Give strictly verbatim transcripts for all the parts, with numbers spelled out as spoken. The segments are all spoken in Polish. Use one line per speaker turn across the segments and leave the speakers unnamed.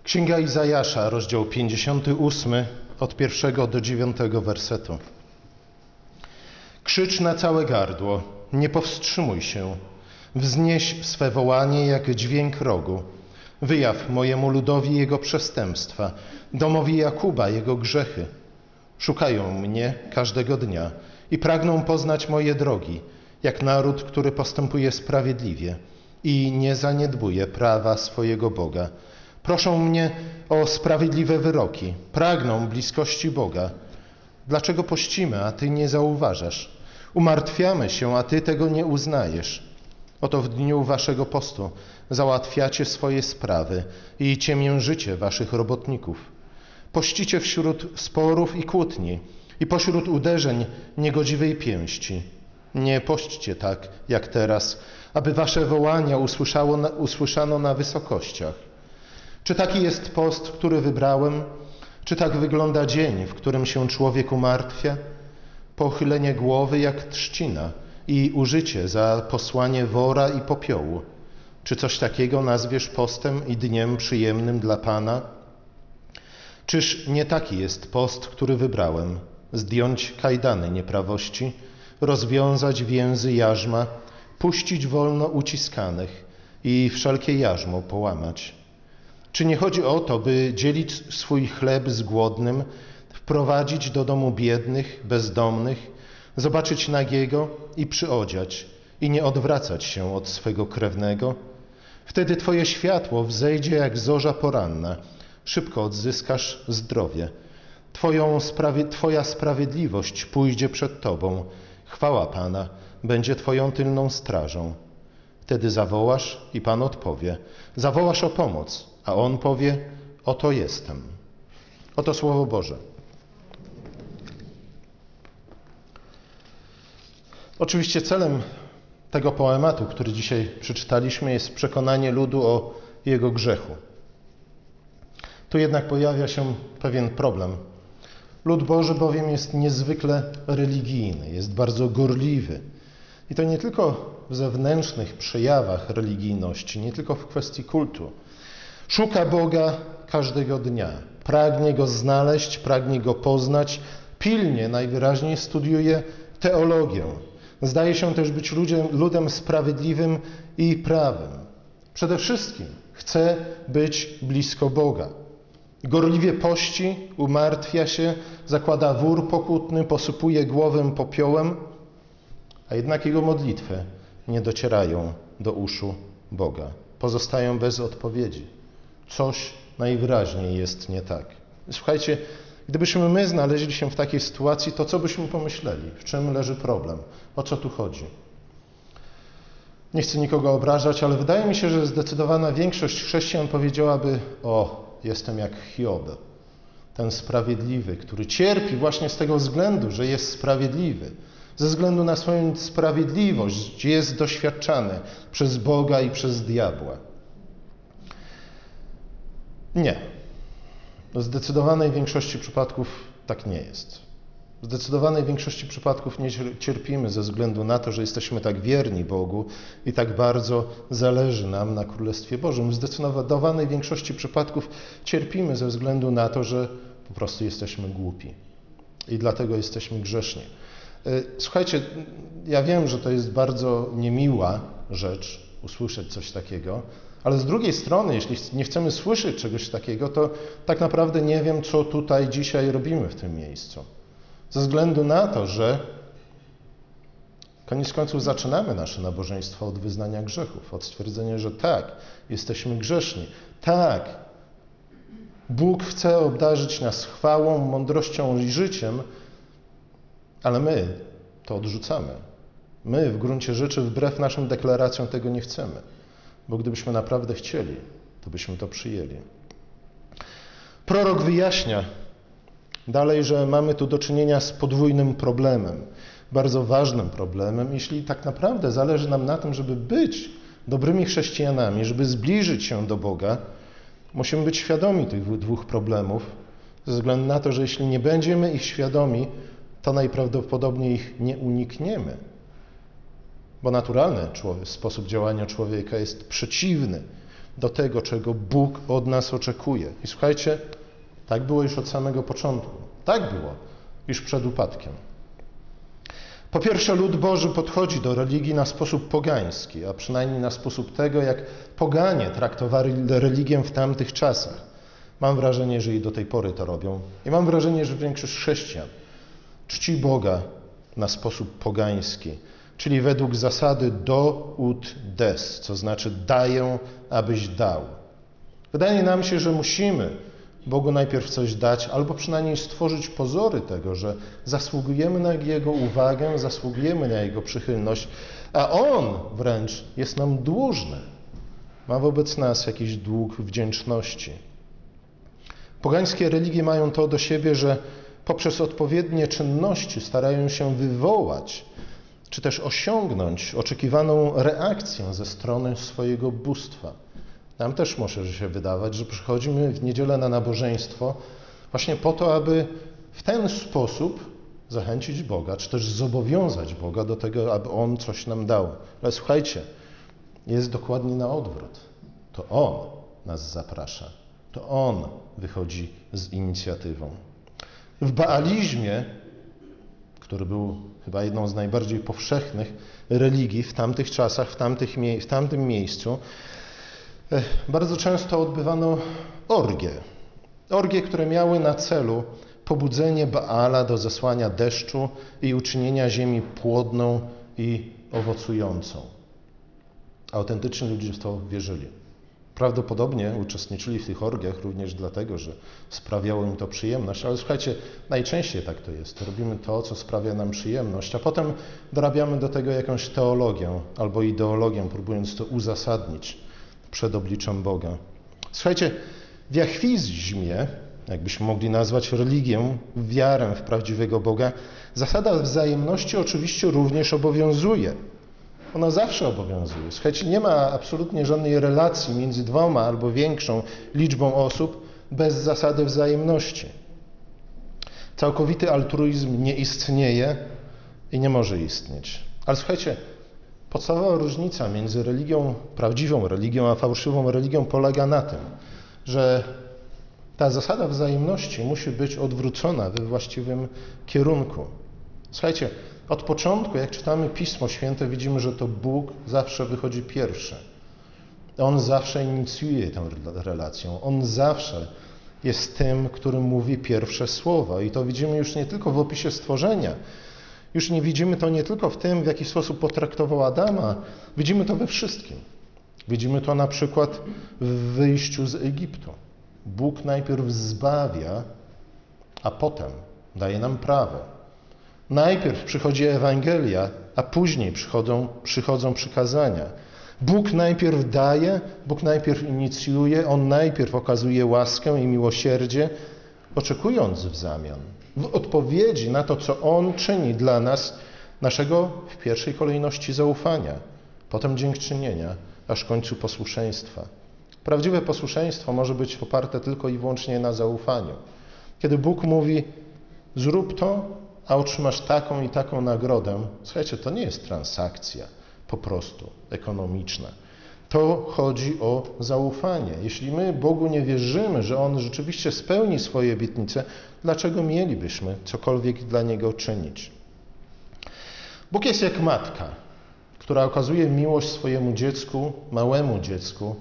Księga Izajasza, rozdział pięćdziesiąty ósmy, od pierwszego do dziewiątego wersetu. Krzycz na całe gardło, nie powstrzymuj się. Wznieś swe wołanie jak dźwięk rogu. Wyjaw mojemu ludowi jego przestępstwa, domowi Jakuba jego grzechy. Szukają mnie każdego dnia i pragną poznać moje drogi, jak naród, który postępuje sprawiedliwie i nie zaniedbuje prawa swojego Boga. Proszą mnie o sprawiedliwe wyroki, pragną bliskości Boga. Dlaczego pościmy, a Ty nie zauważasz? Umartwiamy się, a Ty tego nie uznajesz. Oto w dniu waszego postu załatwiacie swoje sprawy i ciemiężycie waszych robotników. Pościcie wśród sporów i kłótni i pośród uderzeń niegodziwej pięści. Nie pośćcie tak, jak teraz, aby wasze wołania usłyszało na, usłyszano na wysokościach. Czy taki jest post, który wybrałem? Czy tak wygląda dzień, w którym się człowiek umartwia? Pochylenie głowy jak trzcina i użycie za posłanie wora i popiołu. Czy coś takiego nazwiesz postem i dniem przyjemnym dla Pana? Czyż nie taki jest post, który wybrałem? Zdjąć kajdany nieprawości, rozwiązać więzy jarzma, puścić wolno uciskanych i wszelkie jarzmo połamać. Czy nie chodzi o to, by dzielić swój chleb z głodnym, wprowadzić do domu biednych, bezdomnych, zobaczyć nagiego i przyodziać i nie odwracać się od swego krewnego? Wtedy Twoje światło wzejdzie jak zorza poranna, szybko odzyskasz zdrowie. Twoją sprawie, Twoja sprawiedliwość pójdzie przed Tobą, chwała Pana będzie Twoją tylną strażą. Wtedy zawołasz i Pan odpowie. Zawołasz o pomoc, a On powie, oto jestem. Oto Słowo Boże. Oczywiście celem tego poematu, który dzisiaj przeczytaliśmy, jest przekonanie ludu o jego grzechu. Tu jednak pojawia się pewien problem. Lud Boży bowiem jest niezwykle religijny, jest bardzo gorliwy. I to nie tylko w zewnętrznych przejawach religijności, nie tylko w kwestii kultu. Szuka Boga każdego dnia, pragnie Go znaleźć, pragnie Go poznać, pilnie najwyraźniej studiuje teologię. Zdaje się też być ludem, ludem sprawiedliwym i prawym. Przede wszystkim chce być blisko Boga. Gorliwie pości, umartwia się, zakłada wór pokutny, posypuje głowę popiołem, a jednak jego modlitwy nie docierają do uszu Boga. Pozostają bez odpowiedzi. Coś najwyraźniej jest nie tak. Słuchajcie, gdybyśmy my znaleźli się w takiej sytuacji, to co byśmy pomyśleli? W czym leży problem? O co tu chodzi? Nie chcę nikogo obrażać, ale wydaje mi się, że zdecydowana większość chrześcijan powiedziałaby: o, jestem jak Hiob, ten sprawiedliwy, który cierpi właśnie z tego względu, że jest sprawiedliwy. Ze względu na swoją sprawiedliwość jest doświadczany przez Boga i przez diabła. Nie. W zdecydowanej większości przypadków tak nie jest. W zdecydowanej większości przypadków nie cierpimy ze względu na to, że jesteśmy tak wierni Bogu i tak bardzo zależy nam na Królestwie Bożym. W zdecydowanej większości przypadków cierpimy ze względu na to, że po prostu jesteśmy głupi i dlatego jesteśmy grzeszni. Słuchajcie, ja wiem, że to jest bardzo niemiła rzecz usłyszeć coś takiego, ale z drugiej strony, jeśli nie chcemy słyszeć czegoś takiego, to tak naprawdę nie wiem, co tutaj dzisiaj robimy w tym miejscu. Ze względu na to, że koniec końców zaczynamy nasze nabożeństwo od wyznania grzechów, od stwierdzenia, że tak, jesteśmy grzeszni. Tak, Bóg chce obdarzyć nas chwałą, mądrością i życiem, ale my to odrzucamy. My w gruncie rzeczy wbrew naszym deklaracjom tego nie chcemy, bo gdybyśmy naprawdę chcieli, to byśmy to przyjęli. Prorok wyjaśnia dalej, że mamy tu do czynienia z podwójnym problemem, bardzo ważnym problemem. Jeśli tak naprawdę zależy nam na tym, żeby być dobrymi chrześcijanami, żeby zbliżyć się do Boga, musimy być świadomi tych dwóch problemów, ze względu na to, że jeśli nie będziemy ich świadomi, to najprawdopodobniej ich nie unikniemy. Bo naturalny człowiek, sposób działania człowieka jest przeciwny do tego, czego Bóg od nas oczekuje. I słuchajcie, tak było już od samego początku. Tak było już przed upadkiem. Po pierwsze, lud Boży podchodzi do religii na sposób pogański, a przynajmniej na sposób tego, jak poganie traktowali religię w tamtych czasach. Mam wrażenie, że i do tej pory to robią. I mam wrażenie, że większość chrześcijan czci Boga na sposób pogański, czyli według zasady do ut des, co znaczy daję, abyś dał. Wydaje nam się, że musimy Bogu najpierw coś dać, albo przynajmniej stworzyć pozory tego, że zasługujemy na Jego uwagę, zasługujemy na Jego przychylność, a On wręcz jest nam dłużny. Ma wobec nas jakiś dług wdzięczności. Pogańskie religie mają to do siebie, że poprzez odpowiednie czynności starają się wywołać, czy też osiągnąć oczekiwaną reakcję ze strony swojego bóstwa. Nam też może się wydawać, że przychodzimy w niedzielę na nabożeństwo właśnie po to, aby w ten sposób zachęcić Boga, czy też zobowiązać Boga do tego, aby On coś nam dał. Ale słuchajcie, jest dokładnie na odwrót. To On nas zaprasza. To On wychodzi z inicjatywą. W baalizmie, który był chyba jedną z najbardziej powszechnych religii w tamtych czasach, w, tamtych, w tamtym miejscu, bardzo często odbywano orgie. Orgie, które miały na celu pobudzenie Baala do zesłania deszczu i uczynienia ziemi płodną i owocującą. Autentyczni ludzie w to wierzyli. Prawdopodobnie uczestniczyli w tych orgiach również dlatego, że sprawiało im to przyjemność, ale słuchajcie, najczęściej tak to jest. Robimy to, co sprawia nam przyjemność, a potem dorabiamy do tego jakąś teologię albo ideologię, próbując to uzasadnić przed obliczem Boga. Słuchajcie, w jachwizmie, jakbyśmy mogli nazwać religię, wiarę w prawdziwego Boga, zasada wzajemności oczywiście również obowiązuje. Ona zawsze obowiązuje. Słuchajcie, nie ma absolutnie żadnej relacji między dwoma albo większą liczbą osób bez zasady wzajemności. Całkowity altruizm nie istnieje i nie może istnieć. Ale słuchajcie, podstawowa różnica między religią, prawdziwą religią, a fałszywą religią polega na tym, że ta zasada wzajemności musi być odwrócona we właściwym kierunku. Słuchajcie, od początku, jak czytamy Pismo Święte, widzimy, że to Bóg zawsze wychodzi pierwszy. On zawsze inicjuje tę relację. On zawsze jest tym, który mówi pierwsze słowa. I to widzimy już nie tylko w opisie stworzenia. Już nie widzimy to nie tylko w tym, w jaki sposób potraktował Adama. Widzimy to we wszystkim. Widzimy to na przykład w wyjściu z Egiptu. Bóg najpierw zbawia, a potem daje nam prawo. Najpierw przychodzi Ewangelia, a później przychodzą, przychodzą przykazania. Bóg najpierw daje, Bóg najpierw inicjuje, On najpierw okazuje łaskę i miłosierdzie, oczekując w zamian, w odpowiedzi na to, co On czyni dla nas, naszego w pierwszej kolejności zaufania, potem dziękczynienia, aż w końcu posłuszeństwa. Prawdziwe posłuszeństwo może być oparte tylko i wyłącznie na zaufaniu. Kiedy Bóg mówi, zrób to, a otrzymasz taką i taką nagrodę. Słuchajcie, to nie jest transakcja po prostu ekonomiczna. To chodzi o zaufanie. Jeśli my Bogu nie wierzymy, że On rzeczywiście spełni swoje obietnice, dlaczego mielibyśmy cokolwiek dla Niego czynić? Bóg jest jak matka, która okazuje miłość swojemu dziecku, małemu dziecku,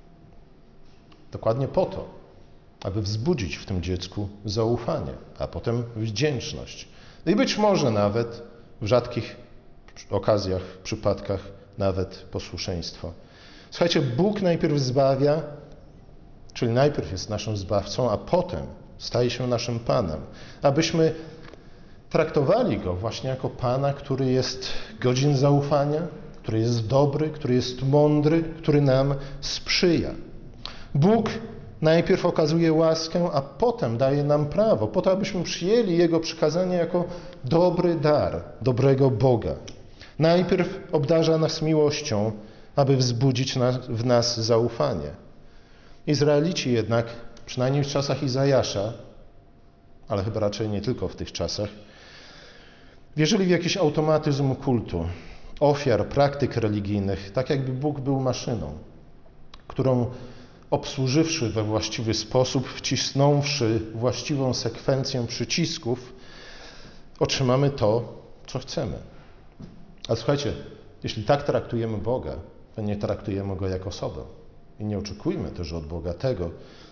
dokładnie po to, aby wzbudzić w tym dziecku zaufanie, a potem wdzięczność. I być może nawet w rzadkich okazjach, przypadkach nawet posłuszeństwo. Słuchajcie, Bóg najpierw zbawia, czyli najpierw jest naszym zbawcą, a potem staje się naszym Panem. Abyśmy traktowali Go właśnie jako Pana, który jest godzien zaufania, który jest dobry, który jest mądry, który nam sprzyja. Bóg najpierw okazuje łaskę, a potem daje nam prawo, po to, abyśmy przyjęli Jego przykazania jako dobry dar dobrego Boga. Najpierw obdarza nas miłością, aby wzbudzić w nas zaufanie. Izraelici jednak, przynajmniej w czasach Izajasza, ale chyba raczej nie tylko w tych czasach, wierzyli w jakiś automatyzm kultu, ofiar, praktyk religijnych, tak jakby Bóg był maszyną, którą obsłużywszy we właściwy sposób, wcisnąwszy właściwą sekwencję przycisków, otrzymamy to, co chcemy. Ale słuchajcie, jeśli tak traktujemy Boga, to nie traktujemy Go jak osobę. I nie oczekujmy też od Boga tego,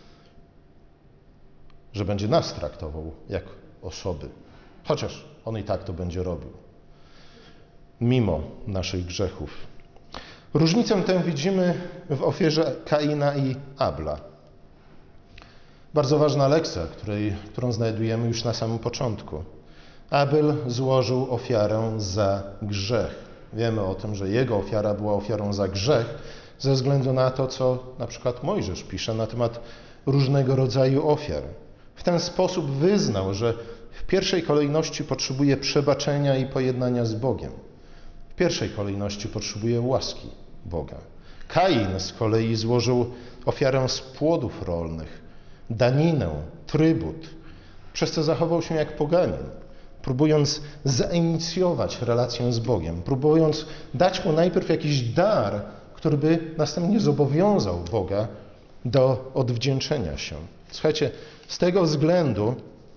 że będzie nas traktował jak osoby. Chociaż On i tak to będzie robił. Mimo naszych grzechów. Różnicę tę widzimy w ofierze Kaina i Abla. Bardzo ważna lekcja, której, którą znajdujemy już na samym początku. Abel złożył ofiarę za grzech. Wiemy o tym, że jego ofiara była ofiarą za grzech, ze względu na to, co na przykład Mojżesz pisze na temat różnego rodzaju ofiar. W ten sposób wyznał, że w pierwszej kolejności potrzebuje przebaczenia i pojednania z Bogiem. W pierwszej kolejności potrzebuje łaski Boga. Kain z kolei złożył ofiarę z płodów rolnych, daninę, trybut, przez co zachował się jak poganin, próbując zainicjować relację z Bogiem, próbując dać mu najpierw jakiś dar, który by następnie zobowiązał Boga do odwdzięczenia się. Słuchajcie, z tego względu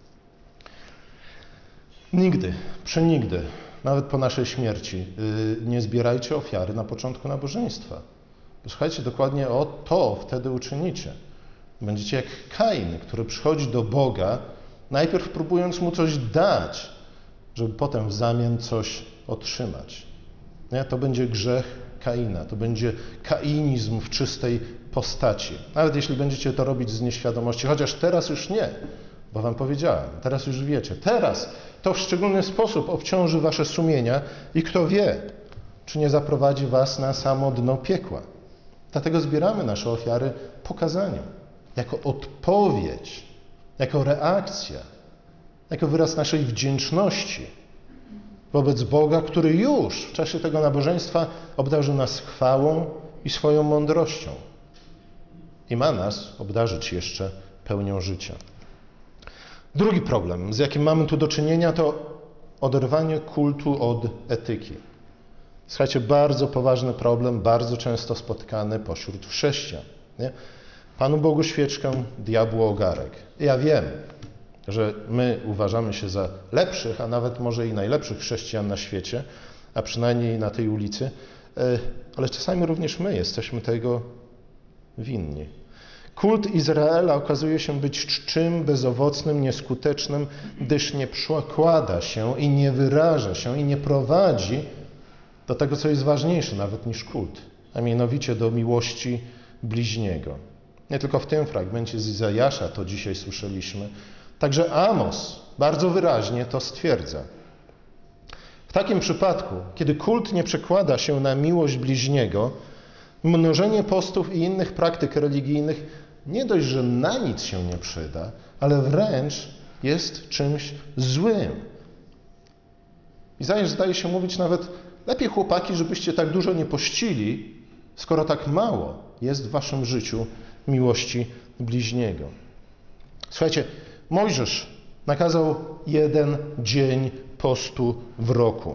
nigdy, przenigdy, nawet po naszej śmierci, nie zbierajcie ofiary na początku nabożeństwa. Słuchajcie, dokładnie o to wtedy uczynicie. Będziecie jak Kain, który przychodzi do Boga, najpierw próbując mu coś dać, żeby potem w zamian coś otrzymać. Nie? To będzie grzech Kaina, to będzie kainizm w czystej postaci. Nawet jeśli będziecie to robić z nieświadomości, chociaż teraz już nie, bo wam powiedziałem, teraz już wiecie. Teraz to w szczególny sposób obciąży wasze sumienia i kto wie, czy nie zaprowadzi was na samo dno piekła. Dlatego zbieramy nasze ofiary po kazaniu, jako odpowiedź, jako reakcja, jako wyraz naszej wdzięczności wobec Boga, który już w czasie tego nabożeństwa obdarzył nas chwałą i swoją mądrością i ma nas obdarzyć jeszcze pełnią życia. Drugi problem, z jakim mamy tu do czynienia, to oderwanie kultu od etyki. Słuchajcie, bardzo poważny problem, bardzo często spotykany pośród chrześcijan. Nie? Panu Bogu świeczkę, diabłu ogarek. Ja wiem, że my uważamy się za lepszych, a nawet może i najlepszych chrześcijan na świecie, a przynajmniej na tej ulicy, ale czasami również my jesteśmy tego winni. Kult Izraela okazuje się być czczym, bezowocnym, nieskutecznym, gdyż nie przekłada się i nie wyraża się i nie prowadzi do tego, co jest ważniejsze nawet niż kult, a mianowicie do miłości bliźniego. Nie tylko w tym fragmencie z Izajasza to dzisiaj słyszeliśmy, także Amos bardzo wyraźnie to stwierdza. W takim przypadku, kiedy kult nie przekłada się na miłość bliźniego, mnożenie postów i innych praktyk religijnych nie dość, że na nic się nie przyda, ale wręcz jest czymś złym. Izajasz zdaje się mówić nawet, lepiej chłopaki, żebyście tak dużo nie pościli, skoro tak mało jest w waszym życiu miłości bliźniego. Słuchajcie, Mojżesz nakazał jeden dzień postu w roku.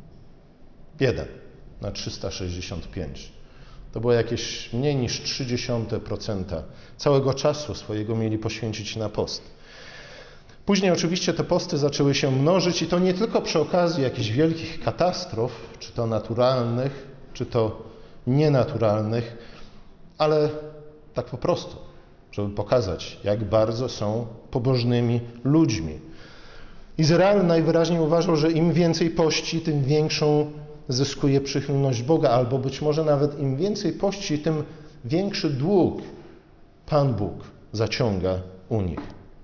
Jeden na trzysta sześćdziesiąt pięć. To było jakieś mniej niż trzy dziesiąte procent całego czasu swojego mieli poświęcić na post. Później oczywiście te posty zaczęły się mnożyć i to nie tylko przy okazji jakichś wielkich katastrof, czy to naturalnych, czy to nienaturalnych, ale tak po prostu, żeby pokazać, jak bardzo są pobożnymi ludźmi. Izrael najwyraźniej uważał, że im więcej pości, tym większą zyskuje przychylność Boga, albo być może nawet im więcej pości, tym większy dług Pan Bóg zaciąga u nich.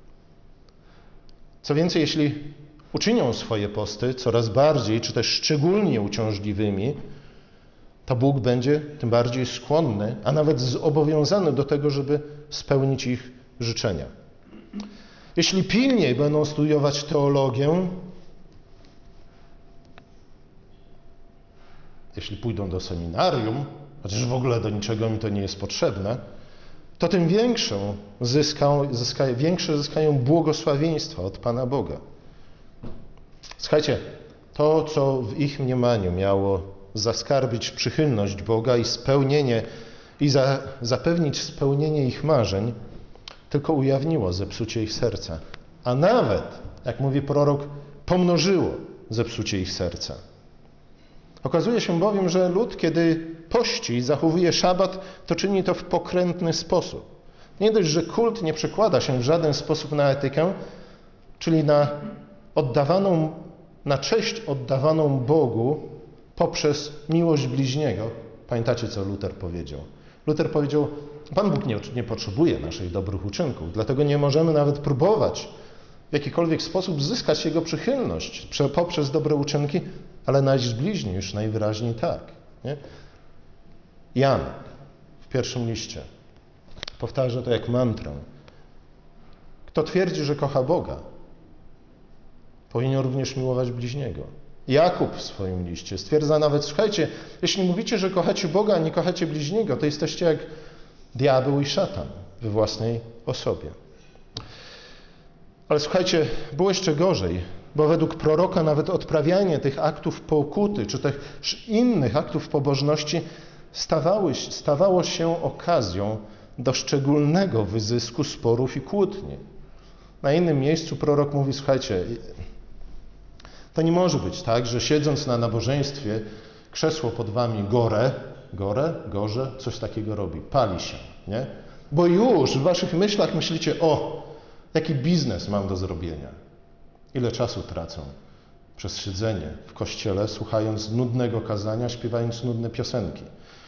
Co więcej, jeśli uczynią swoje posty coraz bardziej, czy też szczególnie uciążliwymi, to Bóg będzie tym bardziej skłonny, a nawet zobowiązany do tego, żeby spełnić ich życzenia. Jeśli pilniej będą studiować teologię, jeśli pójdą do seminarium, chociaż w ogóle do niczego mi to nie jest potrzebne, to tym większą zyskają, zyskają, większe zyskają błogosławieństwa od Pana Boga. Słuchajcie, to, co w ich mniemaniu miało zaskarbić przychylność Boga i spełnienie i za, zapewnić spełnienie ich marzeń, tylko ujawniło zepsucie ich serca. A nawet, jak mówi prorok, pomnożyło zepsucie ich serca. Okazuje się bowiem, że lud, kiedy pości i zachowuje szabat, to czyni to w pokrętny sposób. Nie dość, że kult nie przekłada się w żaden sposób na etykę, czyli na oddawaną, na cześć oddawaną Bogu poprzez miłość bliźniego. Pamiętacie, co Luter powiedział? Luter powiedział, Pan Bóg nie, nie potrzebuje naszych dobrych uczynków, dlatego nie możemy nawet próbować w jakikolwiek sposób zyskać Jego przychylność poprzez dobre uczynki, ale nasz bliźni już najwyraźniej tak. Nie? Jan w pierwszym liście powtarza to jak mantrę. Kto twierdzi, że kocha Boga, powinien również miłować bliźniego. Jakub w swoim liście stwierdza nawet, słuchajcie, jeśli mówicie, że kochacie Boga, a nie kochacie bliźniego, to jesteście jak diabeł i szatan we własnej osobie. Ale słuchajcie, było jeszcze gorzej, bo według proroka nawet odprawianie tych aktów pokuty, czy tych innych aktów pobożności stawały, stawało się okazją do szczególnego wyzysku sporów i kłótni. Na innym miejscu prorok mówi, słuchajcie, to nie może być tak, że siedząc na nabożeństwie, krzesło pod wami gore, gore, gorze, coś takiego robi, pali się, nie? Bo już w waszych myślach myślicie, o, jaki biznes mam do zrobienia. Ile czasu tracę przez siedzenie w kościele, słuchając nudnego kazania, śpiewając nudne piosenki.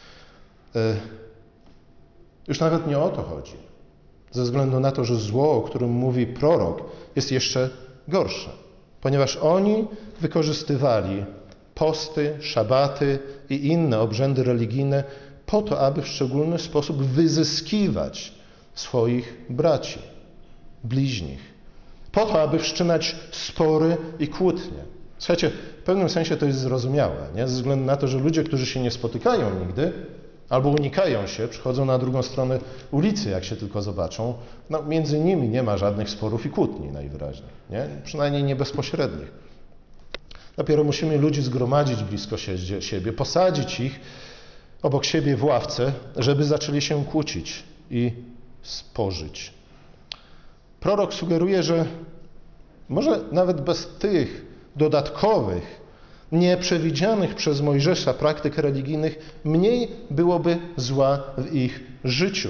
Już nawet nie o to chodzi. Ze względu na to, że zło, o którym mówi prorok, jest jeszcze gorsze. Ponieważ oni wykorzystywali posty, szabaty i inne obrzędy religijne po to, aby w szczególny sposób wyzyskiwać swoich braci, bliźnich. Po to, aby wszczynać spory i kłótnie. Słuchajcie, w pewnym sensie to jest zrozumiałe, nie? Ze względu na to, że ludzie, którzy się nie spotykają nigdy, albo unikają się, przychodzą na drugą stronę ulicy, jak się tylko zobaczą, no między nimi nie ma żadnych sporów i kłótni najwyraźniej, nie? Przynajmniej nie bezpośrednich. Dopiero musimy ludzi zgromadzić blisko siebie, posadzić ich obok siebie w ławce, żeby zaczęli się kłócić i sporzyć. Prorok sugeruje, że może nawet bez tych dodatkowych, nieprzewidzianych przez Mojżesza praktyk religijnych mniej byłoby zła w ich życiu.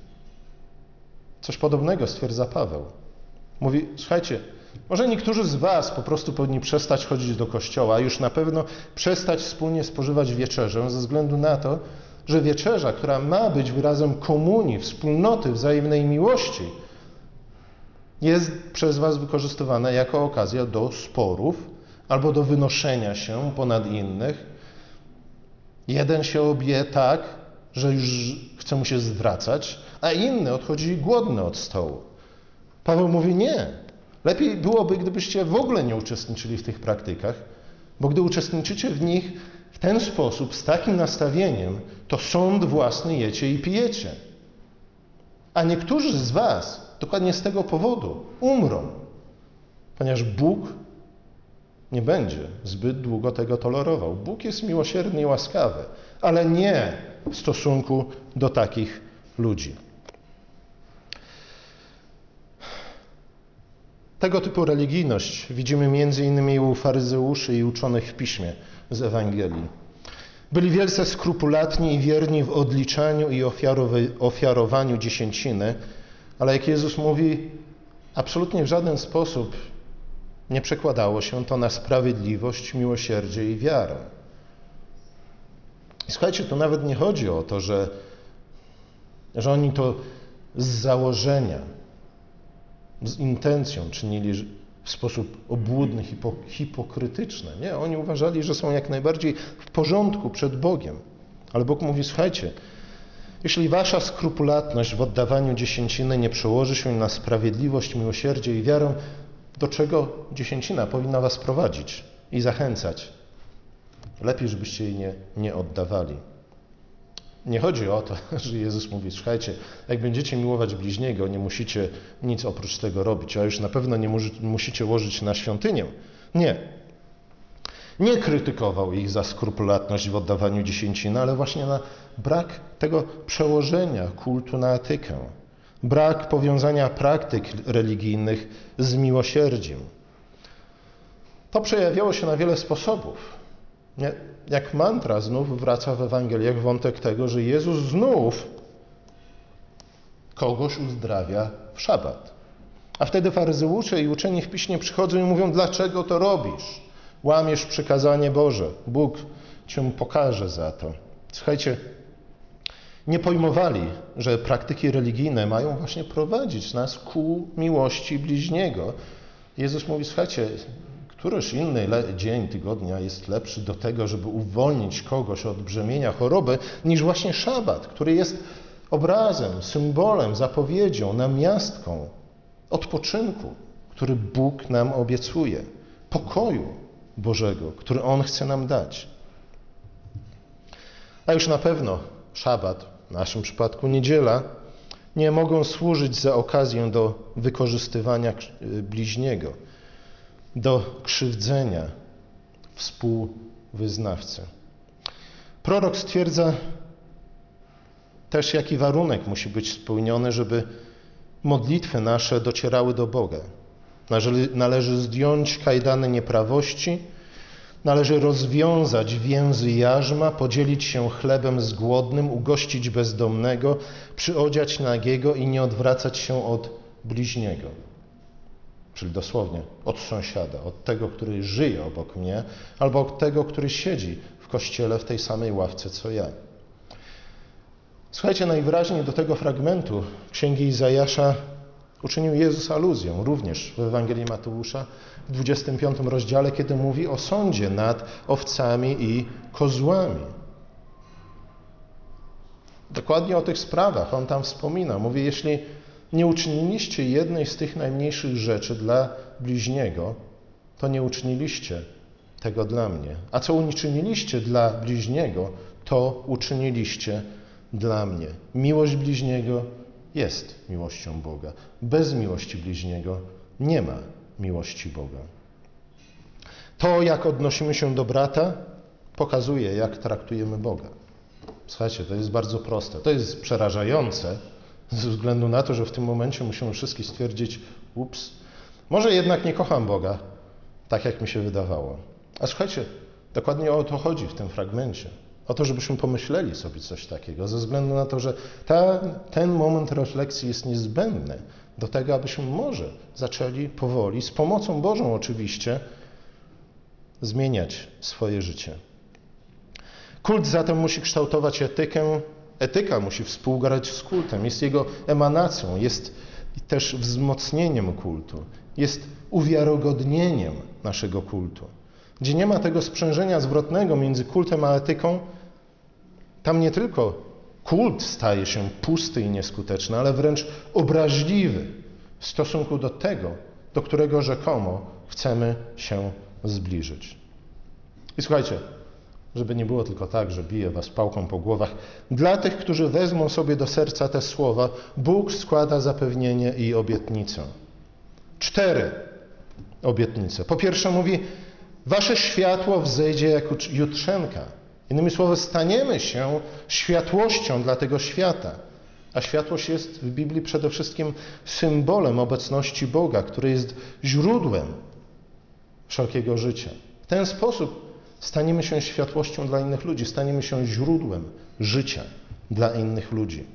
Coś podobnego stwierdza Paweł. Mówi, słuchajcie, może niektórzy z was po prostu powinni przestać chodzić do kościoła, a już na pewno przestać wspólnie spożywać wieczerzę ze względu na to, że wieczerza, która ma być wyrazem komunii, wspólnoty, wzajemnej miłości, jest przez was wykorzystywana jako okazja do sporów albo do wynoszenia się ponad innych. Jeden się obije tak, że już chce mu się zwracać, a inny odchodzi głodny od stołu. Paweł mówi nie. Lepiej byłoby, gdybyście w ogóle nie uczestniczyli w tych praktykach, bo gdy uczestniczycie w nich w ten sposób, z takim nastawieniem, to sąd własny jecie i pijecie. A niektórzy z was dokładnie z tego powodu umrą, ponieważ Bóg nie będzie zbyt długo tego tolerował. Bóg jest miłosierny i łaskawy, ale nie w stosunku do takich ludzi. Tego typu religijność widzimy między innymi u faryzeuszy i uczonych w piśmie z Ewangelii. Byli wielce skrupulatni i wierni w odliczaniu i ofiarowaniu dziesięciny, ale jak Jezus mówi, absolutnie w żaden sposób nie przekładało się to na sprawiedliwość, miłosierdzie i wiarę. I słuchajcie, tu nawet nie chodzi o to, że, że oni to z założenia, z intencją czynili w sposób obłudny, hipo, hipokrytyczny. Nie, oni uważali, że są jak najbardziej w porządku przed Bogiem. Ale Bóg mówi, słuchajcie, jeśli wasza skrupulatność w oddawaniu dziesięciny nie przełoży się na sprawiedliwość, miłosierdzie i wiarę, do czego dziesięcina powinna was prowadzić i zachęcać? Lepiej, żebyście jej nie, nie oddawali. Nie chodzi o to, że Jezus mówi, słuchajcie, jak będziecie miłować bliźniego, nie musicie nic oprócz tego robić, a już na pewno nie musicie łożyć na świątynię. Nie. Nie krytykował ich za skrupulatność w oddawaniu dziesięciny, ale właśnie na brak tego przełożenia kultu na etykę. Brak powiązania praktyk religijnych z miłosierdziem. To przejawiało się na wiele sposobów. Jak mantra znów wraca w Ewangeliach wątek tego, że Jezus znów kogoś uzdrawia w szabat. A wtedy faryzeusze i uczeni w piśmie przychodzą i mówią, dlaczego to robisz? Łamiesz przykazanie Boże. Bóg cię pokaże za to. Słuchajcie, nie pojmowali, że praktyki religijne mają właśnie prowadzić nas ku miłości bliźniego. Jezus mówi, słuchajcie, któryż inny dzień tygodnia jest lepszy do tego, żeby uwolnić kogoś od brzemienia choroby, niż właśnie szabat, który jest obrazem, symbolem, zapowiedzią, namiastką odpoczynku, który Bóg nam obiecuje, pokoju Bożego, który On chce nam dać. A już na pewno szabat, w naszym przypadku niedziela, nie mogą służyć za okazję do wykorzystywania bliźniego, do krzywdzenia współwyznawcy. Prorok stwierdza też, jaki warunek musi być spełniony, żeby modlitwy nasze docierały do Boga. Należy, należy zdjąć kajdany nieprawości, należy rozwiązać więzy jarzma, podzielić się chlebem z głodnym, ugościć bezdomnego, przyodziać nagiego i nie odwracać się od bliźniego. Czyli dosłownie od sąsiada, od tego, który żyje obok mnie, albo od tego, który siedzi w kościele w tej samej ławce co ja. Słuchajcie, najwyraźniej do tego fragmentu Księgi Izajasza uczynił Jezus aluzję, również w Ewangelii Mateusza w dwudziestym piątym rozdziale, kiedy mówi o sądzie nad owcami i kozłami. Dokładnie o tych sprawach On tam wspomina. Mówi, jeśli nie uczyniliście jednej z tych najmniejszych rzeczy dla bliźniego, to nie uczyniliście tego dla mnie. A co uczyniliście dla bliźniego, to uczyniliście dla mnie. Miłość bliźniego jest miłością Boga. Bez miłości bliźniego nie ma miłości Boga. To, jak odnosimy się do brata, pokazuje, jak traktujemy Boga. Słuchajcie, to jest bardzo proste. To jest przerażające, ze względu na to, że w tym momencie musimy wszyscy stwierdzić, ups, może jednak nie kocham Boga, tak jak mi się wydawało. A słuchajcie, dokładnie o to chodzi w tym fragmencie. O to, żebyśmy pomyśleli sobie coś takiego, ze względu na to, że ta, ten moment refleksji jest niezbędny do tego, abyśmy może zaczęli powoli, z pomocą Bożą oczywiście, zmieniać swoje życie. Kult zatem musi kształtować etykę, etyka musi współgrać z kultem, jest jego emanacją, jest też wzmocnieniem kultu, jest uwiarygodnieniem naszego kultu. Gdzie nie ma tego sprzężenia zwrotnego między kultem a etyką, tam nie tylko kult staje się pusty i nieskuteczny, ale wręcz obraźliwy w stosunku do tego, do którego rzekomo chcemy się zbliżyć. I słuchajcie, żeby nie było tylko tak, że bije was pałką po głowach, dla tych, którzy wezmą sobie do serca te słowa, Bóg składa zapewnienie i obietnicę. Cztery obietnice. Po pierwsze mówi, wasze światło wzejdzie jak jutrzenka. Innymi słowy, staniemy się światłością dla tego świata. A światłość jest w Biblii przede wszystkim symbolem obecności Boga, który jest źródłem wszelkiego życia. W ten sposób staniemy się światłością dla innych ludzi, staniemy się źródłem życia dla innych ludzi.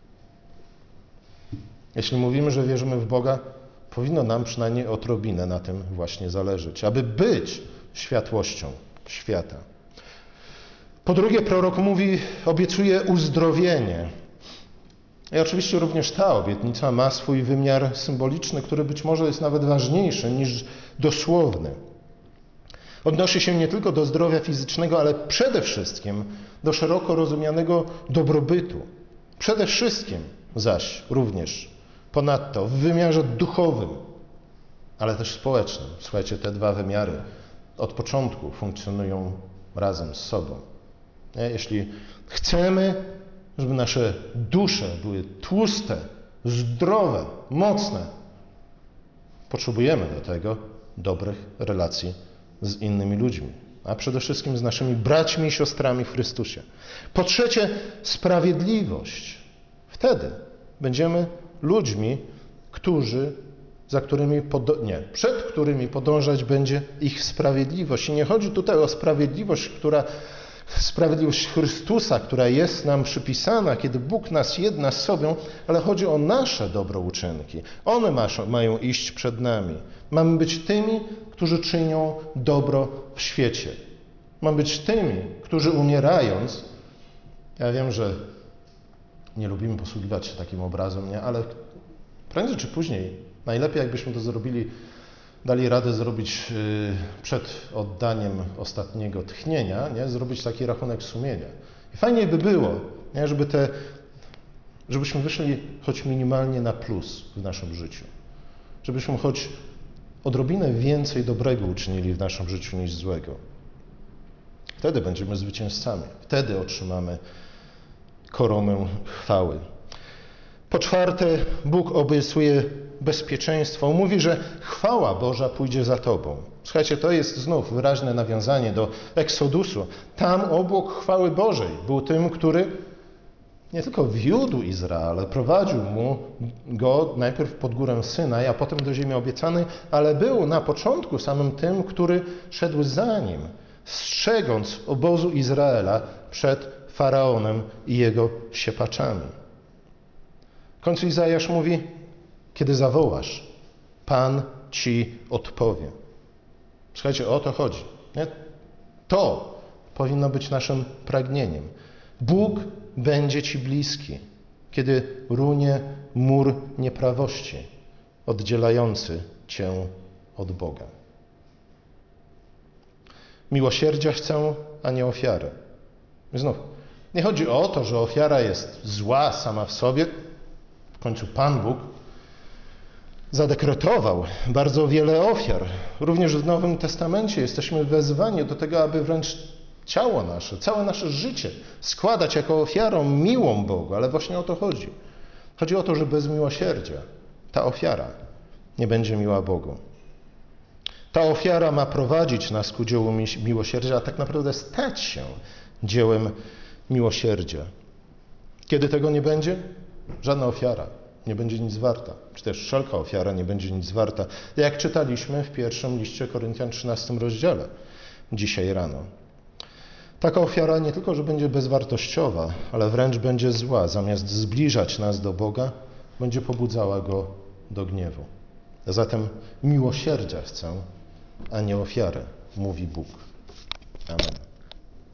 Jeśli mówimy, że wierzymy w Boga, powinno nam przynajmniej odrobinę na tym właśnie zależeć, aby być światłością świata. Po drugie, prorok mówi, obiecuje uzdrowienie. I oczywiście również ta obietnica ma swój wymiar symboliczny, który być może jest nawet ważniejszy niż dosłowny. Odnosi się nie tylko do zdrowia fizycznego, ale przede wszystkim do szeroko rozumianego dobrobytu. Przede wszystkim zaś również ponadto w wymiarze duchowym, ale też społecznym. Słuchajcie, te dwa wymiary od początku funkcjonują razem z sobą. Jeśli chcemy, żeby nasze dusze były tłuste, zdrowe, mocne, potrzebujemy do tego dobrych relacji z innymi ludźmi. a przede wszystkim z naszymi braćmi i siostrami w Chrystusie. Po trzecie, sprawiedliwość. Wtedy będziemy ludźmi, którzy, za którymi, podo- nie, przed którymi podążać będzie ich sprawiedliwość. I nie chodzi tutaj o sprawiedliwość, która, sprawiedliwość Chrystusa, która jest nam przypisana, kiedy Bóg nas jedna z sobą, ale chodzi o nasze dobrouczynki. One masz, mają iść przed nami. Mamy być tymi, którzy czynią dobro w świecie. Mamy być tymi, którzy umierając, ja wiem, że nie lubimy posługiwać się takim obrazem, nie? Ale prędzej czy później, najlepiej jakbyśmy to zrobili, dali radę zrobić przed oddaniem ostatniego tchnienia, nie? Zrobić taki rachunek sumienia. I fajnie by było, nie? Żeby te, żebyśmy wyszli choć minimalnie na plus w naszym życiu. Żebyśmy choć odrobinę więcej dobrego uczynili w naszym życiu niż złego. Wtedy będziemy zwycięzcami. Wtedy otrzymamy koronę chwały. Po czwarte, Bóg obiecuje bezpieczeństwo. Mówi, że chwała Boża pójdzie za tobą. Słuchajcie, to jest znów wyraźne nawiązanie do Eksodusu. Tam obłok chwały Bożej był tym, który nie tylko wiódł Izrael, prowadził mu go najpierw pod górę Synaj, a potem do ziemi obiecanej, ale był na początku samym tym, który szedł za nim, strzegąc obozu Izraela przed Faraonem i jego siepaczami. W końcu Izajasz mówi, kiedy zawołasz, Pan ci odpowie. Słuchajcie, o to chodzi. Nie? To powinno być naszym pragnieniem. Bóg będzie ci bliski, kiedy runie mur nieprawości oddzielający cię od Boga. Miłosierdzia chcę, a nie ofiary. Znów, nie chodzi o to, że ofiara jest zła sama w sobie. W końcu Pan Bóg zadekretował bardzo wiele ofiar. Również w Nowym Testamencie jesteśmy wezwani do tego, aby wręcz ciało nasze, całe nasze życie składać jako ofiarę miłą Bogu, ale właśnie o to chodzi. Chodzi o to, że bez miłosierdzia ta ofiara nie będzie miła Bogu. Ta ofiara ma prowadzić nas ku dziełu miłosierdzia, a tak naprawdę stać się dziełem miłosierdzia. Kiedy tego nie będzie? Żadna ofiara nie będzie nic warta, czy też wszelka ofiara nie będzie nic warta, jak czytaliśmy w pierwszym liście Koryntian trzynastym rozdziale dzisiaj rano. Taka ofiara nie tylko, że będzie bezwartościowa, ale wręcz będzie zła. Zamiast zbliżać nas do Boga, będzie pobudzała Go do gniewu. Zatem miłosierdzia chcę, a nie ofiarę, mówi Bóg. Amen.